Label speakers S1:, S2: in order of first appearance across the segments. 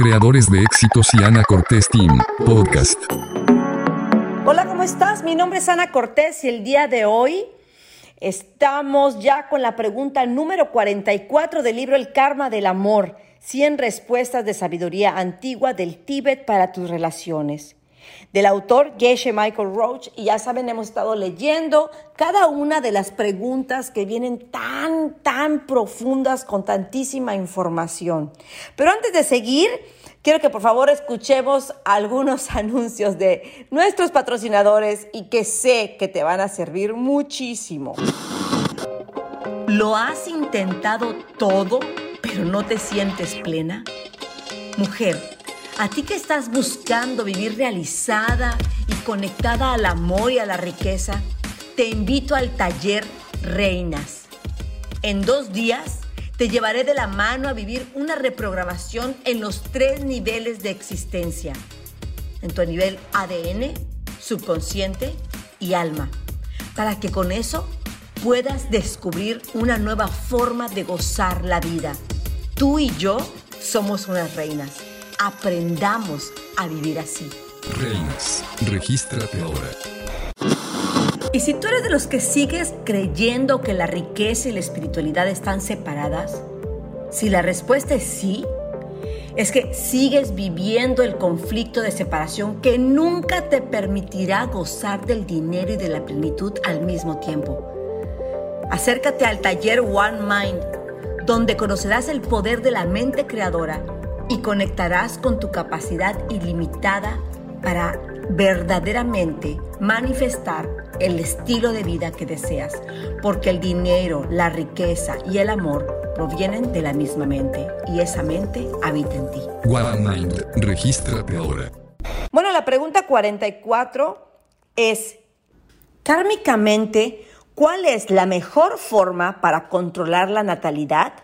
S1: creadores de éxitos y Ana Cortés Team Podcast.
S2: Hola, ¿cómo estás? Mi nombre es Ana Cortés y el día de hoy estamos ya con la pregunta número 44 del libro El Karma del Amor, 100 respuestas de sabiduría antigua del Tíbet para tus relaciones. Del autor Geshe Michael Roach, y ya saben, hemos estado leyendo cada una de las preguntas que vienen tan profundas con tantísima información. Pero antes de seguir, quiero que por favor escuchemos algunos anuncios de nuestros patrocinadores y que sé que te van a servir muchísimo. ¿Lo has intentado todo, pero no te sientes plena? Mujer, a ti que estás buscando vivir realizada y conectada al amor y a la riqueza, te invito al taller Reinas. En 2 días te llevaré de la mano a vivir una reprogramación en los 3 niveles de existencia. En tu nivel ADN, subconsciente y alma. Para que con eso puedas descubrir una nueva forma de gozar la vida. Tú y yo somos unas reinas. Aprendamos a vivir así.
S1: Reinas, regístrate ahora.
S2: Y si tú eres de los que sigues creyendo que la riqueza y la espiritualidad están separadas, si la respuesta es sí, es que sigues viviendo el conflicto de separación que nunca te permitirá gozar del dinero y de la plenitud al mismo tiempo. Acércate al taller One Mind, donde conocerás el poder de la mente creadora y conectarás con tu capacidad ilimitada para verdaderamente manifestar el estilo de vida que deseas, porque el dinero, la riqueza y el amor provienen de la misma mente y esa mente habita en ti.
S1: One Mind, regístrate ahora.
S2: Bueno, la pregunta 44 es, kármicamente, ¿cuál es la mejor forma para controlar la natalidad?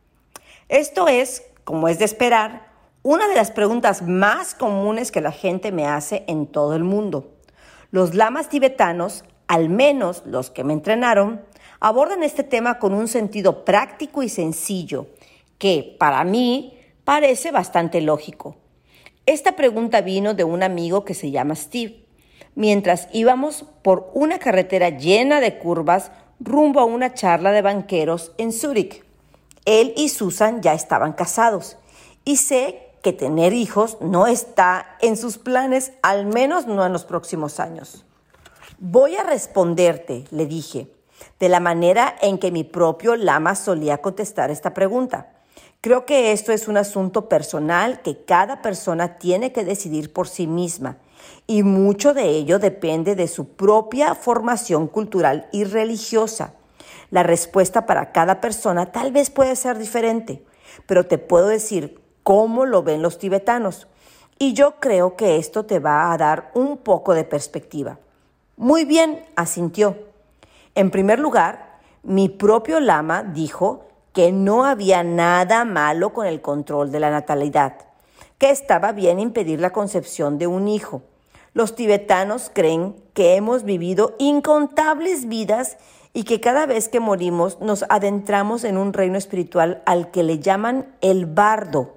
S2: Esto es, como es de esperar, una de las preguntas más comunes que la gente me hace en todo el mundo. Los lamas tibetanos, al menos los que me entrenaron, abordan este tema con un sentido práctico y sencillo, que para mí parece bastante lógico. Esta pregunta vino de un amigo que se llama Steve, mientras íbamos por una carretera llena de curvas rumbo a una charla de banqueros en Zúrich. Él y Susan ya estaban casados y sé que tener hijos no está en sus planes, al menos no en los próximos años. Voy a responderte, le dije, de la manera en que mi propio lama solía contestar esta pregunta. Creo que esto es un asunto personal que cada persona tiene que decidir por sí misma y mucho de ello depende de su propia formación cultural y religiosa. La respuesta para cada persona tal vez puede ser diferente, pero te puedo decir cómo lo ven los tibetanos. Y yo creo que esto te va a dar un poco de perspectiva. Muy bien, asintió. En primer lugar, mi propio lama dijo que no había nada malo con el control de la natalidad, que estaba bien impedir la concepción de un hijo. Los tibetanos creen que hemos vivido incontables vidas y que cada vez que morimos nos adentramos en un reino espiritual al que le llaman el bardo,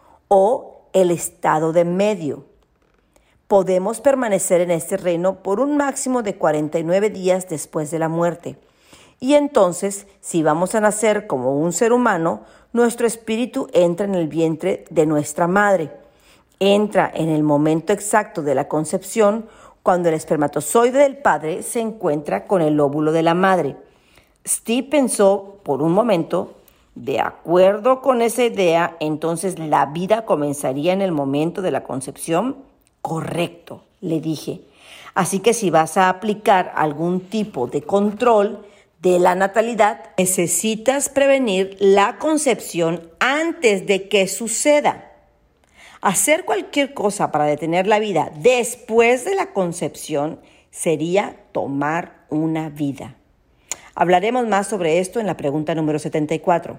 S2: o el estado de medio. Podemos permanecer en este reino por un máximo de 49 días después de la muerte. Y entonces, si vamos a nacer como un ser humano, nuestro espíritu entra en el vientre de nuestra madre. Entra en el momento exacto de la concepción, cuando el espermatozoide del padre se encuentra con el óvulo de la madre. Steve pensó por un momento. De acuerdo con esa idea, entonces la vida comenzaría en el momento de la concepción. Correcto, le dije. Así que si vas a aplicar algún tipo de control de la natalidad, necesitas prevenir la concepción antes de que suceda. Hacer cualquier cosa para detener la vida después de la concepción sería tomar una vida. Hablaremos más sobre esto en la pregunta número 74.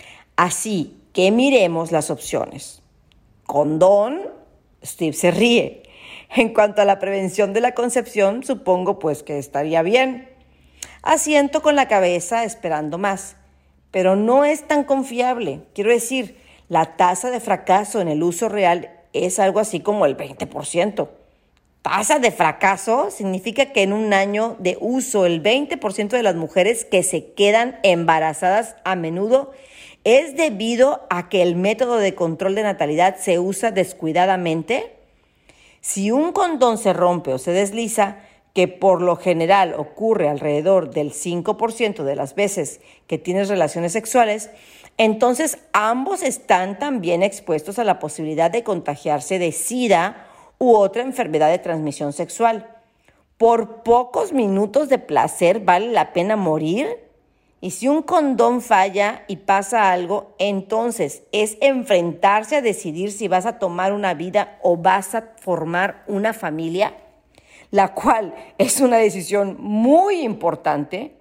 S2: Así que miremos las opciones. Condón, Steve se ríe. En cuanto a la prevención de la concepción, supongo pues que estaría bien. Asiento con la cabeza esperando más, pero no es tan confiable. Quiero decir, La tasa de fracaso en el uso real es algo así como el 20%. Tasa de fracaso significa que en un año de uso el 20% de las mujeres que se quedan embarazadas a menudo es debido a que el método de control de natalidad se usa descuidadamente. Si un condón se rompe o se desliza, que por lo general ocurre alrededor del 5% de las veces que tienes relaciones sexuales, entonces ambos están también expuestos a la posibilidad de contagiarse de SIDA u otra enfermedad de transmisión sexual. ¿Por pocos minutos de placer vale la pena morir? Y si un condón falla y pasa algo, entonces es enfrentarse a decidir si vas a tomar una vida o vas a formar una familia, la cual es una decisión muy importante.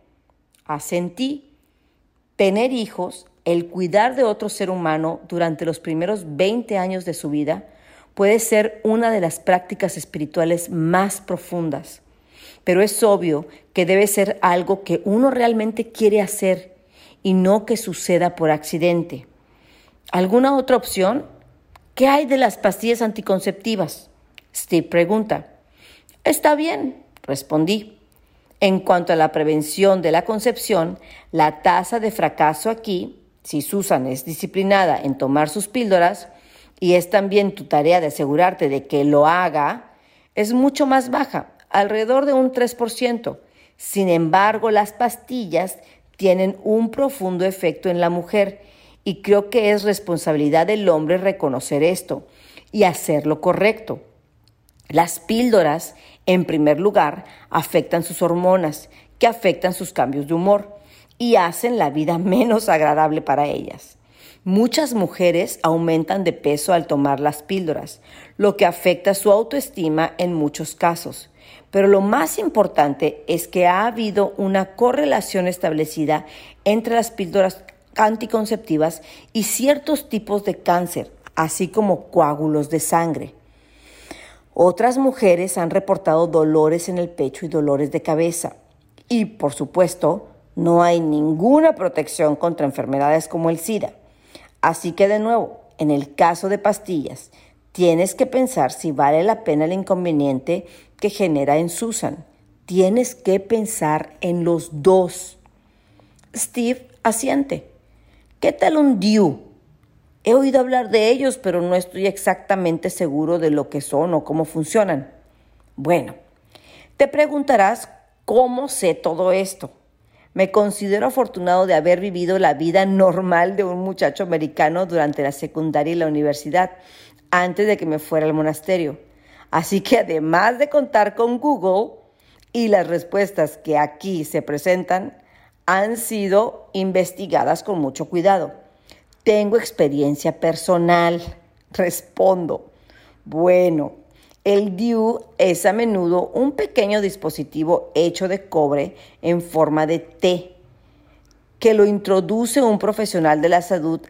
S2: Asentí. Tener hijos, el cuidar de otro ser humano durante los primeros 20 años de su vida puede ser una de las prácticas espirituales más profundas. Pero es obvio que debe ser algo que uno realmente quiere hacer y no que suceda por accidente. ¿Alguna otra opción? ¿Qué hay de las pastillas anticonceptivas? Steve pregunta. Está bien, respondí. En cuanto a la prevención de la concepción, la tasa de fracaso aquí, si Susan es disciplinada en tomar sus píldoras, y es también tu tarea de asegurarte de que lo haga, es mucho más baja, alrededor de un 3%. Sin embargo, las pastillas tienen un profundo efecto en la mujer y creo que es responsabilidad del hombre reconocer esto y hacer lo correcto. Las píldoras, en primer lugar, afectan sus hormonas, que afectan sus cambios de humor y hacen la vida menos agradable para ellas. Muchas mujeres aumentan de peso al tomar las píldoras, lo que afecta su autoestima en muchos casos. Pero lo más importante es que ha habido una correlación establecida entre las píldoras anticonceptivas y ciertos tipos de cáncer, así como coágulos de sangre. Otras mujeres han reportado dolores en el pecho y dolores de cabeza. Y, por supuesto, no hay ninguna protección contra enfermedades como el SIDA. Así que, de nuevo, en el caso de pastillas, tienes que pensar si vale la pena el inconveniente que genera en Susan. Tienes que pensar en los dos. Steve asiente. ¿Qué tal un DIU? He oído hablar de ellos, pero no estoy exactamente seguro de lo que son o cómo funcionan. Bueno, te preguntarás cómo sé todo esto. Me considero afortunado de haber vivido la vida normal de un muchacho americano durante la secundaria y la universidad, antes de que me fuera al monasterio. Así que además de contar con Google y las respuestas que aquí se presentan, han sido investigadas con mucho cuidado. Tengo experiencia personal, respondo. Bueno, el DIU es a menudo un pequeño dispositivo hecho de cobre en forma de T, que lo introduce un profesional de la salud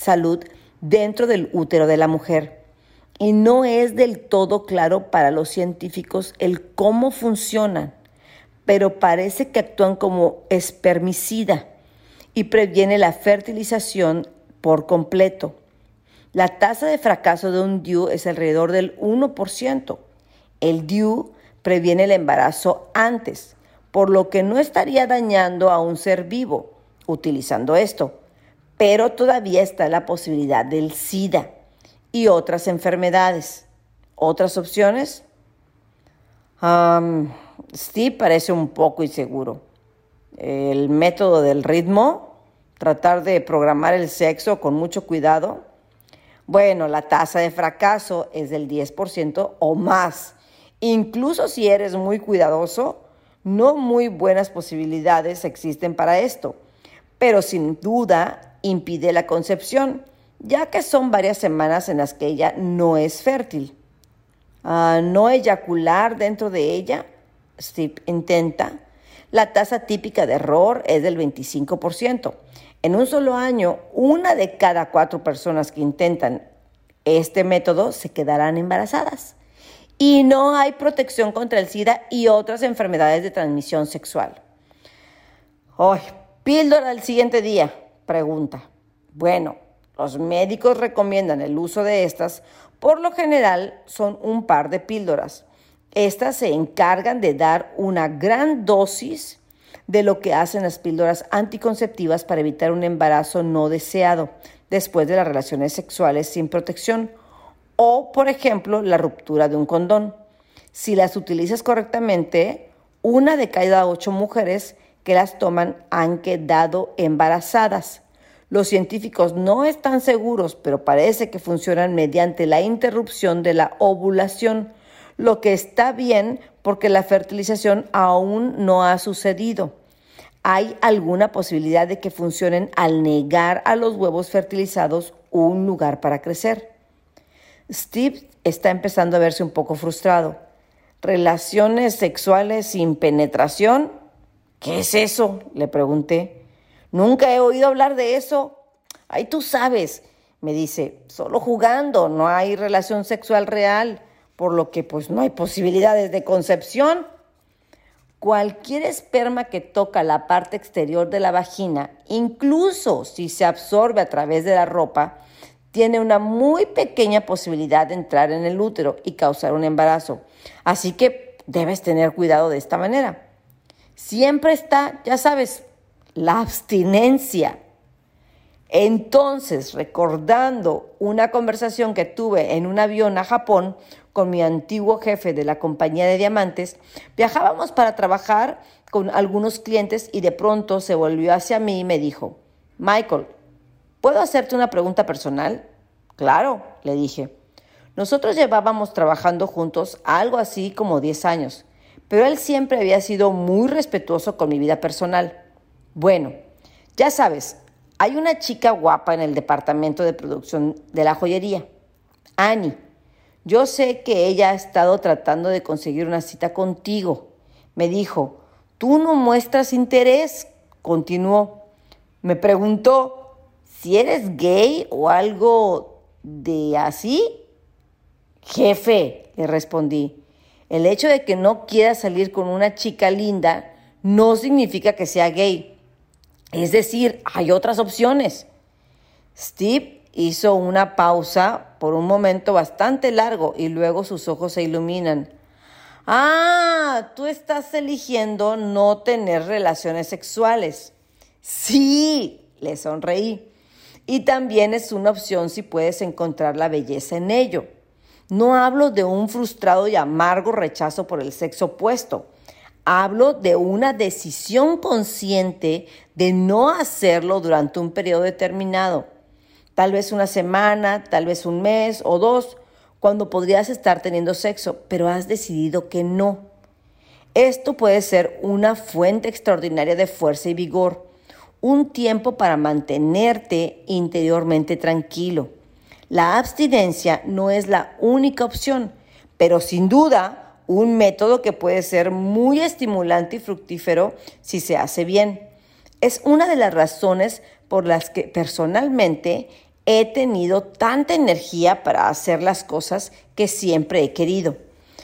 S2: dentro del útero de la mujer. Y no es del todo claro para los científicos el cómo funcionan, pero parece que actúan como espermicida y previene la fertilización por completo. La tasa de fracaso de un DIU es alrededor del 1%. El DIU previene el embarazo antes, por lo que no estaría dañando a un ser vivo utilizando esto, pero todavía está la posibilidad del SIDA y otras enfermedades. ¿Otras opciones? Sí, parece un poco inseguro. El método del ritmo, tratar de programar el sexo con mucho cuidado. Bueno, la tasa de fracaso es del 10% o más. Incluso si eres muy cuidadoso, no muy buenas posibilidades existen para esto, pero sin duda impide la concepción, ya que son varias semanas en las que ella no es fértil. No eyacular dentro de ella, Steve intenta. La tasa típica de error es del 25%. En un solo año, 1 de cada 4 personas que intentan este método se quedarán embarazadas. Y no hay protección contra el SIDA y otras enfermedades de transmisión sexual. Píldora del siguiente día, pregunta. Bueno, los médicos recomiendan el uso de estas, por lo general son un par de píldoras. Estas se encargan de dar una gran dosis de lo que hacen las píldoras anticonceptivas para evitar un embarazo no deseado después de las relaciones sexuales sin protección o, por ejemplo, la ruptura de un condón. Si las utilizas correctamente, 1 de cada 8 mujeres que las toman han quedado embarazadas. Los científicos no están seguros, pero parece que funcionan mediante la interrupción de la ovulación, lo que está bien porque la fertilización aún no ha sucedido. ¿Hay alguna posibilidad de que funcionen al negar a los huevos fertilizados un lugar para crecer? Steve está empezando a verse un poco frustrado. ¿Relaciones sexuales sin penetración? ¿Qué es eso?, le pregunté. Nunca he oído hablar de eso. Ay, tú sabes, me dice, solo jugando, no hay relación sexual real, por lo que pues no hay posibilidades de concepción. Cualquier esperma que toca la parte exterior de la vagina, incluso si se absorbe a través de la ropa, tiene una muy pequeña posibilidad de entrar en el útero y causar un embarazo. Así que debes tener cuidado de esta manera. Siempre está, ya sabes, la abstinencia. Entonces, recordando una conversación que tuve en un avión a Japón con mi antiguo jefe de la compañía de diamantes, viajábamos para trabajar con algunos clientes y de pronto se volvió hacia mí y me dijo, Michael, ¿puedo hacerte una pregunta personal? Claro, le dije. Nosotros llevábamos trabajando juntos algo así como 10 años, pero él siempre había sido muy respetuoso con mi vida personal. Bueno, ya sabes, hay una chica guapa en el departamento de producción de la joyería, Annie. Yo sé que ella ha estado tratando de conseguir una cita contigo. Me dijo, tú no muestras interés, continuó. Me preguntó, ¿si eres gay o algo de así? Jefe, le respondí, el hecho de que no quiera salir con una chica linda no significa que sea gay. Es decir, hay otras opciones. Steve hizo una pausa por un momento bastante largo y luego sus ojos se iluminan. Ah, tú estás eligiendo no tener relaciones sexuales. Sí, le sonreí. Y también es una opción si puedes encontrar la belleza en ello. No hablo de un frustrado y amargo rechazo por el sexo opuesto. Hablo de una decisión consciente de no hacerlo durante un periodo determinado. Tal vez una semana, tal vez un mes o 2, cuando podrías estar teniendo sexo, pero has decidido que no. Esto puede ser una fuente extraordinaria de fuerza y vigor, un tiempo para mantenerte interiormente tranquilo. La abstinencia no es la única opción, pero sin duda un método que puede ser muy estimulante y fructífero si se hace bien. Es una de las razones por las que personalmente he tenido tanta energía para hacer las cosas que siempre he querido.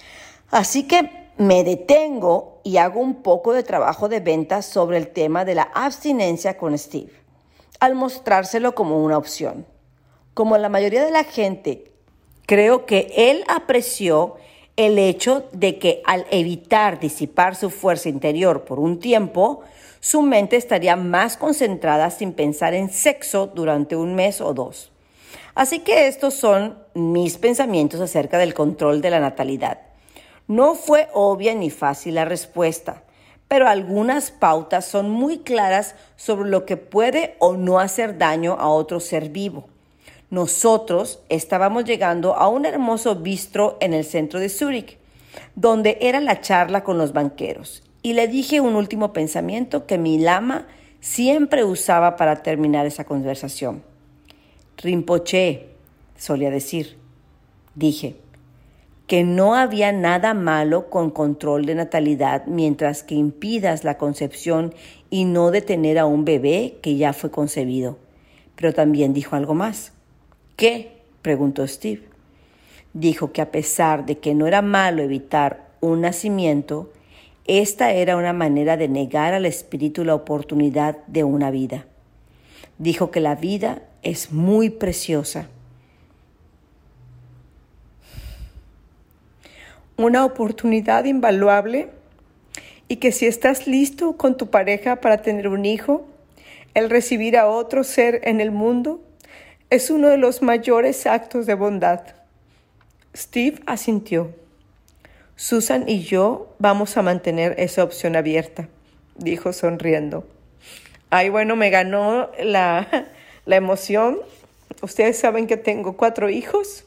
S2: Así que me detengo y hago un poco de trabajo de venta sobre el tema de la abstinencia con Steve, al mostrárselo como una opción. Como la mayoría de la gente, creo que él apreció el hecho de que al evitar disipar su fuerza interior por un tiempo, su mente estaría más concentrada sin pensar en sexo durante un mes o 2. Así que estos son mis pensamientos acerca del control de la natalidad. No fue obvia ni fácil la respuesta, pero algunas pautas son muy claras sobre lo que puede o no hacer daño a otro ser vivo. Nosotros estábamos llegando a un hermoso bistro en el centro de Zúrich, donde era la charla con los banqueros. Y le dije un último pensamiento que mi lama siempre usaba para terminar esa conversación. Rinpoché, solía decir. Dije que no había nada malo con control de natalidad mientras que impidas la concepción y no detener a un bebé que ya fue concebido. Pero también dijo algo más. ¿Qué?, preguntó Steve. Dijo que a pesar de que no era malo evitar un nacimiento, esta era una manera de negar al espíritu la oportunidad de una vida. Dijo que la vida es muy preciosa. Una oportunidad invaluable, y que si estás listo con tu pareja para tener un hijo, el recibir a otro ser en el mundo es uno de los mayores actos de bondad. Steve asintió. Susan y yo vamos a mantener esa opción abierta, dijo sonriendo. Ay, bueno, me ganó la emoción. Ustedes saben que tengo 4 hijos.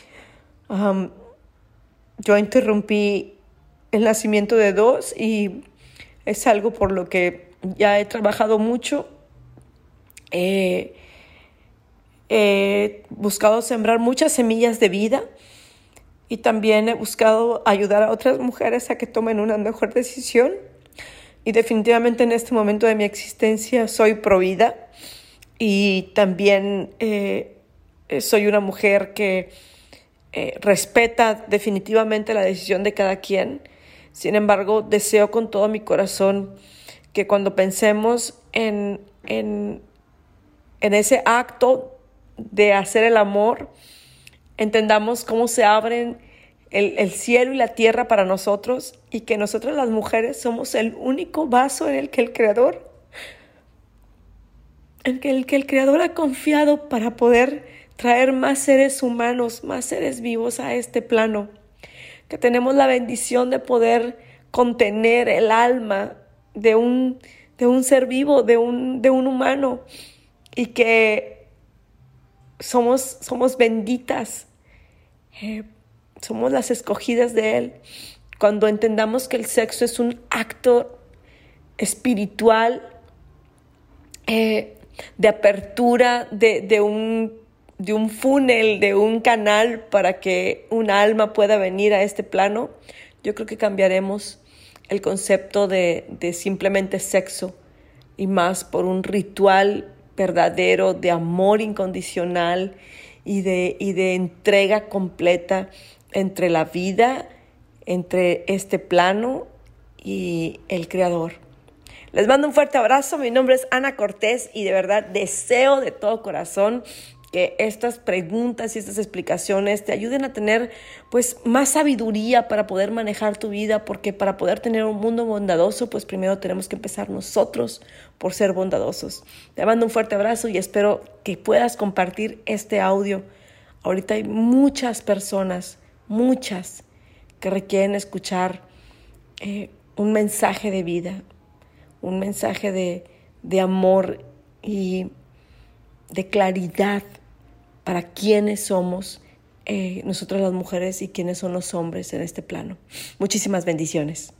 S2: Yo interrumpí el nacimiento de 2 y es algo por lo que ya he trabajado mucho. He buscado sembrar muchas semillas de vida y también he buscado ayudar a otras mujeres a que tomen una mejor decisión. Y definitivamente en este momento de mi existencia soy pro vida y también soy una mujer que respeta definitivamente la decisión de cada quien. Sin embargo, deseo con todo mi corazón que cuando pensemos en ese acto de hacer el amor, entendamos cómo se abren el cielo y la tierra para nosotros y que nosotras las mujeres somos el único vaso en el que el Creador ha confiado para poder traer más seres humanos, más seres vivos a este plano. Que tenemos la bendición de poder contener el alma de un ser vivo, de un humano, y que somos benditas. Somos las escogidas de Él. Cuando entendamos que el sexo es un acto espiritual, de apertura de un funnel, de un canal para que un alma pueda venir a este plano, yo creo que cambiaremos el concepto de simplemente sexo y más por un ritual verdadero de amor incondicional y de entrega completa entre la vida, entre este plano y el Creador. Les mando un fuerte abrazo. Mi nombre es Ana Cortés y de verdad deseo de todo corazón que estas preguntas y estas explicaciones te ayuden a tener pues más sabiduría para poder manejar tu vida, porque para poder tener un mundo bondadoso, pues primero tenemos que empezar nosotros por ser bondadosos. Te mando un fuerte abrazo y espero que puedas compartir este audio. Ahorita hay muchas personas, muchas, que requieren escuchar un mensaje de vida, un mensaje de amor y de claridad para quiénes somos nosotras las mujeres y quiénes son los hombres en este plano. Muchísimas bendiciones.